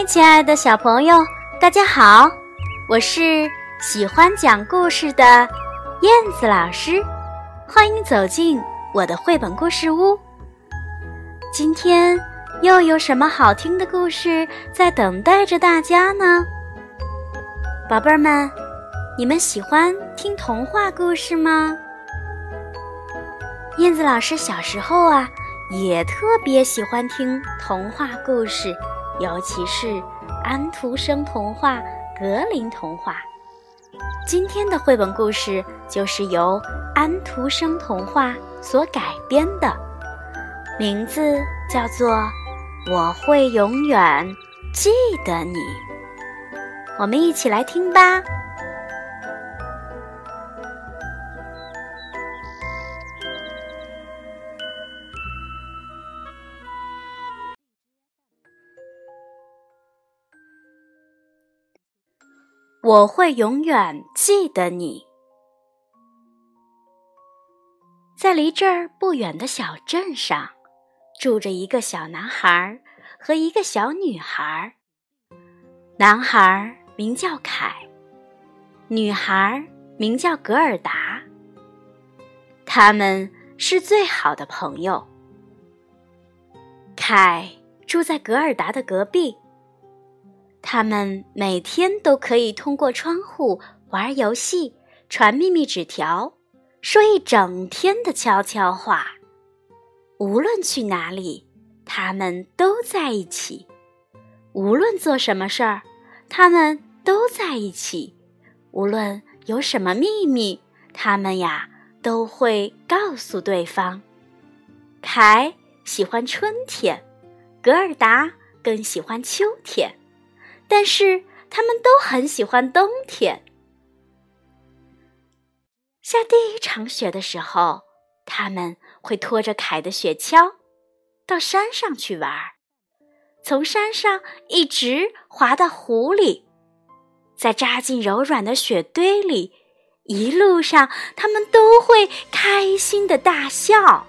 亲爱的小朋友，大家好，我是喜欢讲故事的燕子老师，欢迎走进我的绘本故事屋。今天又有什么好听的故事在等待着大家呢？宝贝儿们，你们喜欢听童话故事吗？燕子老师小时候也特别喜欢听童话故事，尤其是安徒生童话、格林童话。今天的绘本故事就是由安徒生童话所改编的，名字叫做《我会永远记得你》。我们一起来听吧。我会永远记得你。在离这儿不远的小镇上，住着一个小男孩和一个小女孩。男孩名叫凯，女孩名叫格尔达。他们是最好的朋友。凯住在格尔达的隔壁，他们每天都可以通过窗户玩游戏、传秘密纸条，说一整天的悄悄话。无论去哪里，他们都在一起；无论做什么事儿，他们都在一起；无论有什么秘密，他们都会告诉对方。凯喜欢春天，格尔达更喜欢秋天。但是他们都很喜欢冬天。下第一场雪的时候，他们会拖着凯的雪橇到山上去玩，从山上一直滑到湖里，再扎进柔软的雪堆里，一路上他们都会开心地大笑。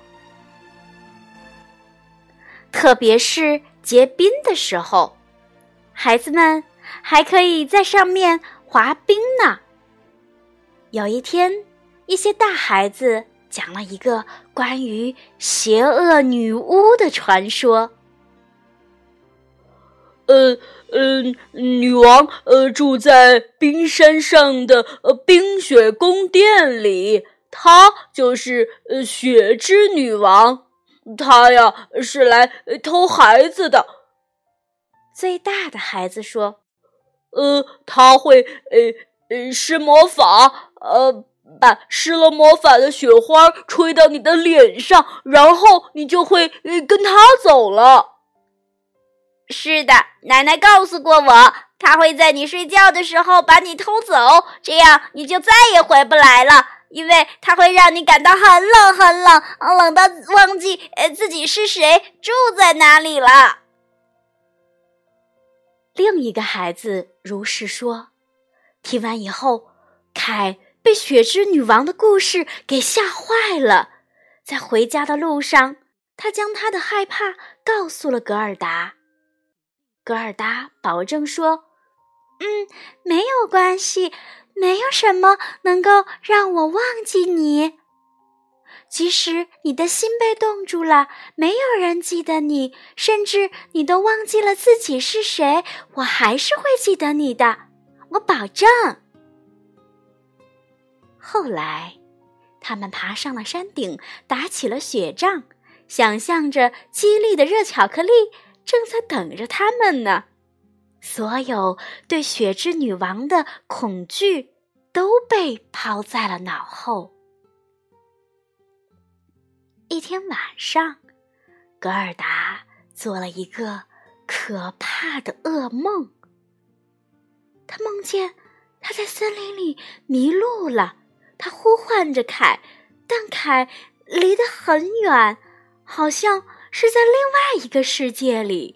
特别是结冰的时候，孩子们还可以在上面滑冰呢。有一天，一些大孩子讲了一个关于邪恶女巫的传说。 女王住在冰山上的冰雪宫殿里，她就是雪之女王。她是来偷孩子的。 最大的孩子说， 他会施魔法，把施了魔法的雪花吹到你的脸上，然后你就会跟他走了。 是的，奶奶告诉过我，他会在你睡觉的时候把你偷走，这样你就再也回不来了，因为他会让你感到很冷很冷，冷到忘记自己是谁，住在哪里了。 另一个孩子如是说。听完以后，凯被雪之女王的故事给吓坏了。在回家的路上，他将他的害怕告诉了格尔达。格尔达保证说，没有关系，没有什么能够让我忘记你。即使你的心被冻住了，没有人记得你，甚至你都忘记了自己是谁，我还是会记得你的，我保证。后来，他们爬上了山顶，打起了雪仗，想象着激励的热巧克力正在等着他们呢。所有对雪之女王的恐惧都被抛在了脑后。一天晚上，格尔达做了一个可怕的噩梦。他梦见他在森林里迷路了，他呼唤着凯，但凯离得很远，好像是在另外一个世界里。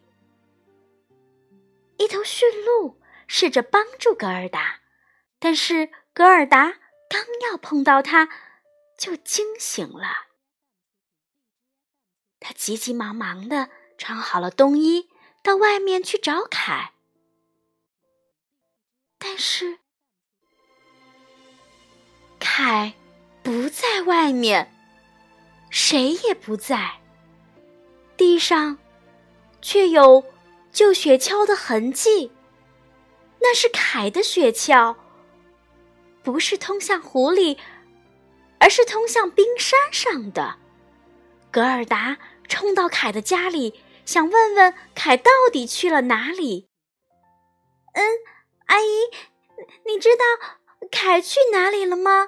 一头驯鹿试着帮助格尔达，但是格尔达刚要碰到他，就惊醒了。他急急忙忙地穿好了冬衣，到外面去找凯。 但是凯不在外面，谁也不在，地上却有旧雪橇的痕迹，那是凯的雪橇，不是通向湖里，而是通向冰山上的。格尔达冲到凯的家里，想问问凯到底去了哪里。 阿姨，你知道凯去哪里了吗？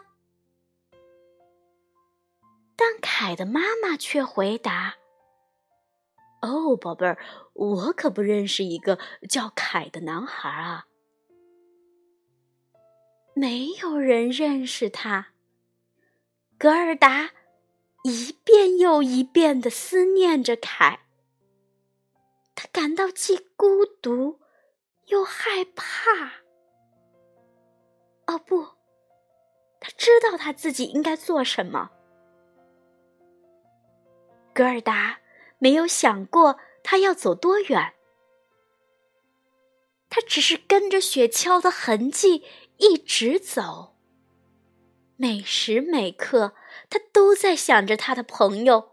但凯的妈妈却回答： 哦，宝贝儿，我可不认识一个叫凯的男孩啊。 没有人认识他。格尔达一遍又一遍地思念着凯，他感到既孤独又害怕。哦不，他知道他自己应该做什么。格尔达没有想过他要走多远，他只是跟着雪橇的痕迹一直走。每时每刻，他都在想着他的朋友。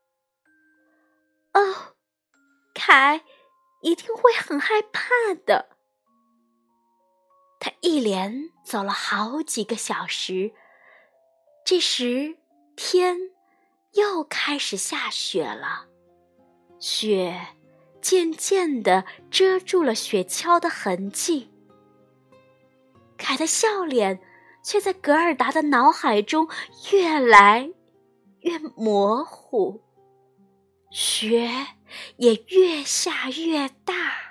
哦，凯一定会很害怕的。他一连走了好几个小时，这时天又开始下雪了，雪渐渐地遮住了雪橇的痕迹。凯的笑脸却在格尔达的脑海中越来越模糊，雪也越下越大。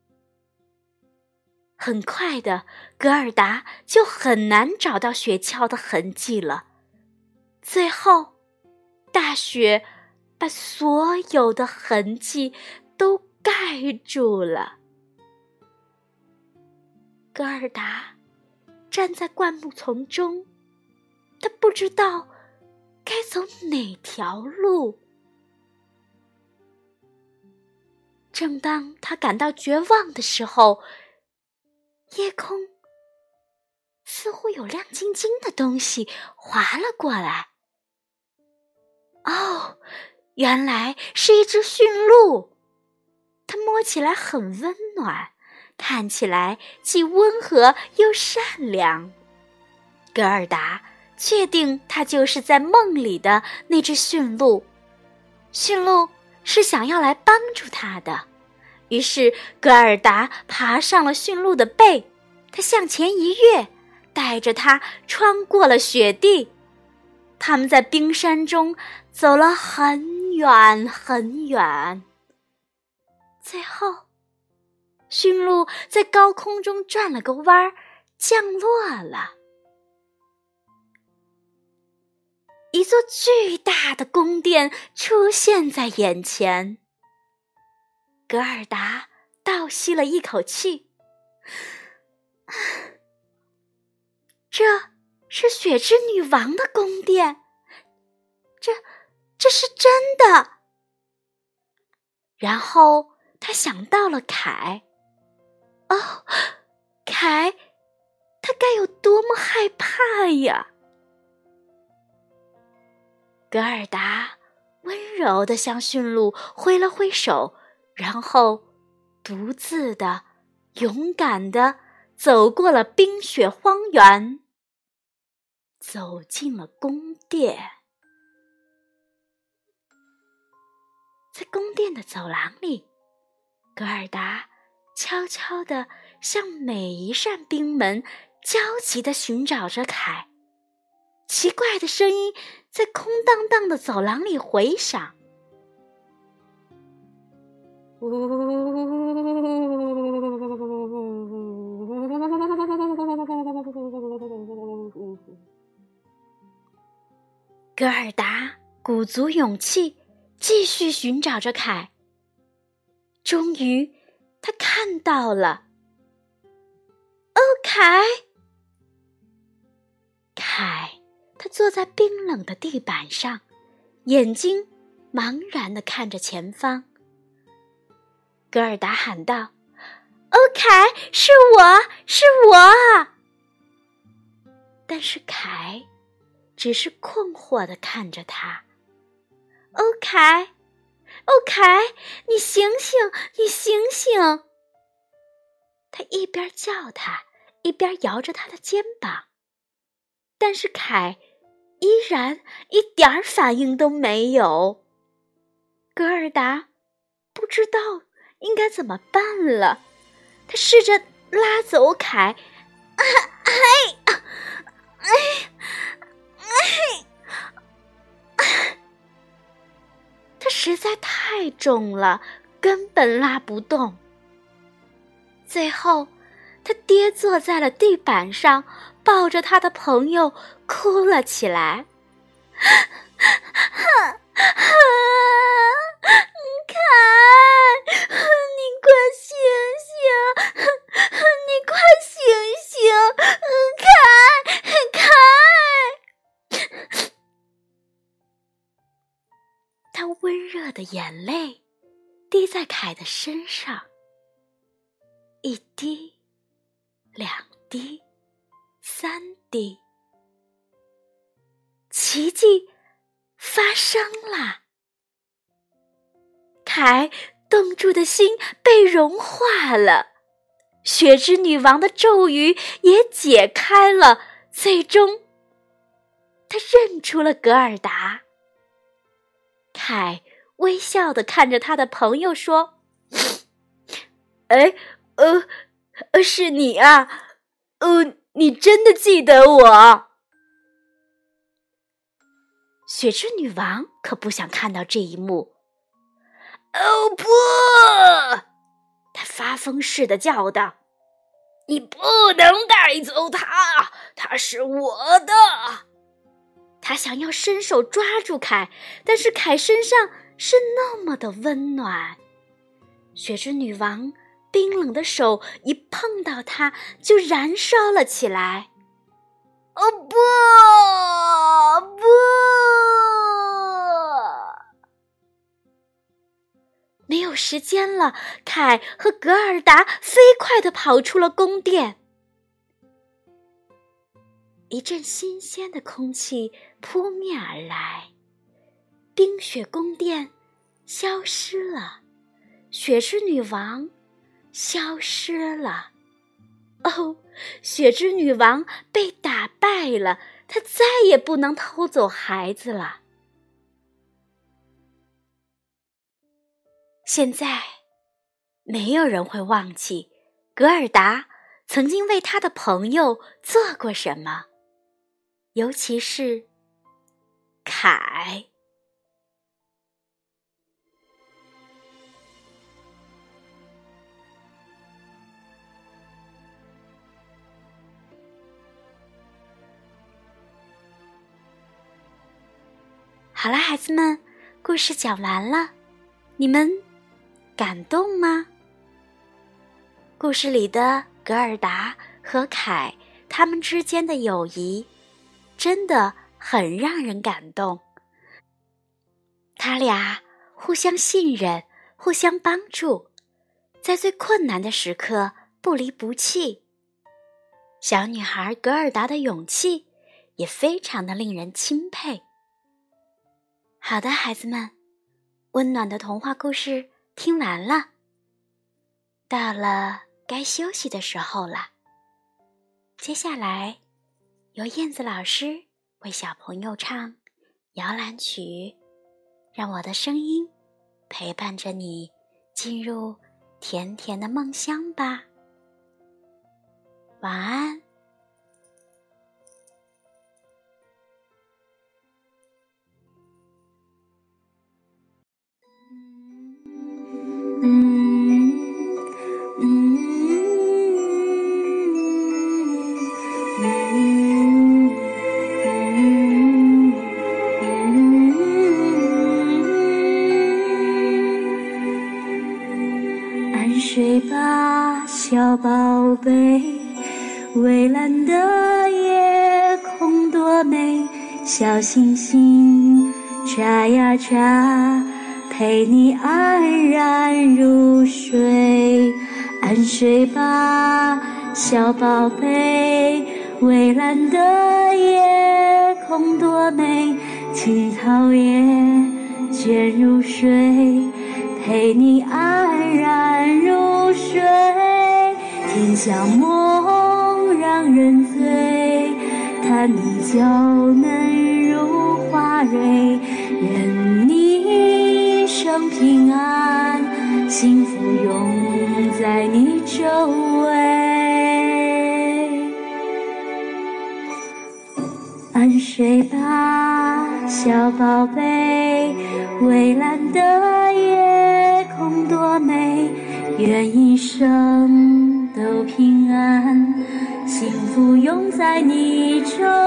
很快的，格尔达就很难找到雪橇的痕迹了。最后，大雪把所有的痕迹都盖住了。格尔达站在灌木丛中，他不知道该走哪条路。正当他感到绝望的时候，夜空似乎有亮晶晶的东西滑了过来。哦，原来是一只驯鹿，它摸起来很温暖，看起来既温和又善良。格尔达确定它就是在梦里的那只驯鹿，驯鹿是想要来帮助他的。于是格尔达爬上了驯鹿的背，他向前一跃，带着它穿过了雪地。他们在冰山中走了很远很远，最后驯鹿在高空中转了个弯儿，降落了。一座巨大的宫殿出现在眼前。格尔达倒吸了一口气，这是雪之女王的宫殿，这是真的。然后他想到了凯。哦，凯，他该有多么害怕呀！格尔达温柔地向驯鹿挥了挥手，然后独自的、勇敢地走过了冰雪荒原，走进了宫殿。在宫殿的走廊里，格尔达悄悄地向每一扇冰门焦急地寻找着凯。奇怪的声音在空荡荡的走廊里回响。格尔达鼓足勇气，继续寻找着凯。终于，他看到了。哦，凯！凯，他坐在冰冷的地板上，眼睛茫然地看着前方。格尔达喊道：“哦， 凯，是我，是我！”但是凯只是困惑地看着他。“欧凯，欧凯，你醒醒，你醒醒！”他一边叫他，一边摇着他的肩膀，但是凯依然一点反应都没有。格尔达不知道应该怎么办了，他试着拉走凯，他实在太重了，根本拉不动。最后他跌坐在了地板上，抱着他的朋友哭了起来。凯，你快醒醒，你快醒醒，凯。他温热的眼泪滴在凯的身上，一滴，两滴，三滴，奇迹发生了。凯冻住的心被融化了，雪之女王的咒语也解开了，最终他认出了格尔达。凯微笑地看着他的朋友说：“ 是你啊，你真的记得我？” 雪之女王可不想看到这一幕。“ 哦不！” 她发疯似的叫道，“ 你不能带走他，他是我的！” 她想要伸手抓住凯，但是凯身上是那么的温暖。雪之女王冰冷的手一碰到他，就燃烧了起来。 “哦不，不！” 没有时间了，凯和格尔达飞快地跑出了宫殿。一阵新鲜的空气扑面而来，冰雪宫殿消失了，雪之女王消失了。哦，雪之女王被打败了，她再也不能偷走孩子了。现在，没有人会忘记格尔达曾经为他的朋友做过什么，尤其是凯。好了，孩子们，故事讲完了，你们感动吗？故事里的格尔达和凯他们之间的友谊真的很让人感动。他俩互相信任，互相帮助，在最困难的时刻不离不弃。小女孩格尔达的勇气也非常的令人钦佩。好的，孩子们，温暖的童话故事听完了，到了该休息的时候了。接下来由燕子老师为小朋友唱摇篮曲，让我的声音陪伴着你进入甜甜的梦乡吧。晚安。 安睡吧，小宝贝，蔚蓝的夜空多美，小星星眨呀眨，陪你安然入睡。安睡吧，小宝贝，蔚蓝的夜空多美，青草也倦入睡，陪你安然入睡。天像梦让人醉，弹你娇嫩如花蕊，愿你一生平安，幸福永在你周围。安睡吧，小宝贝，蔚蓝的夜空多美，愿一生都平安，幸福永在你周围。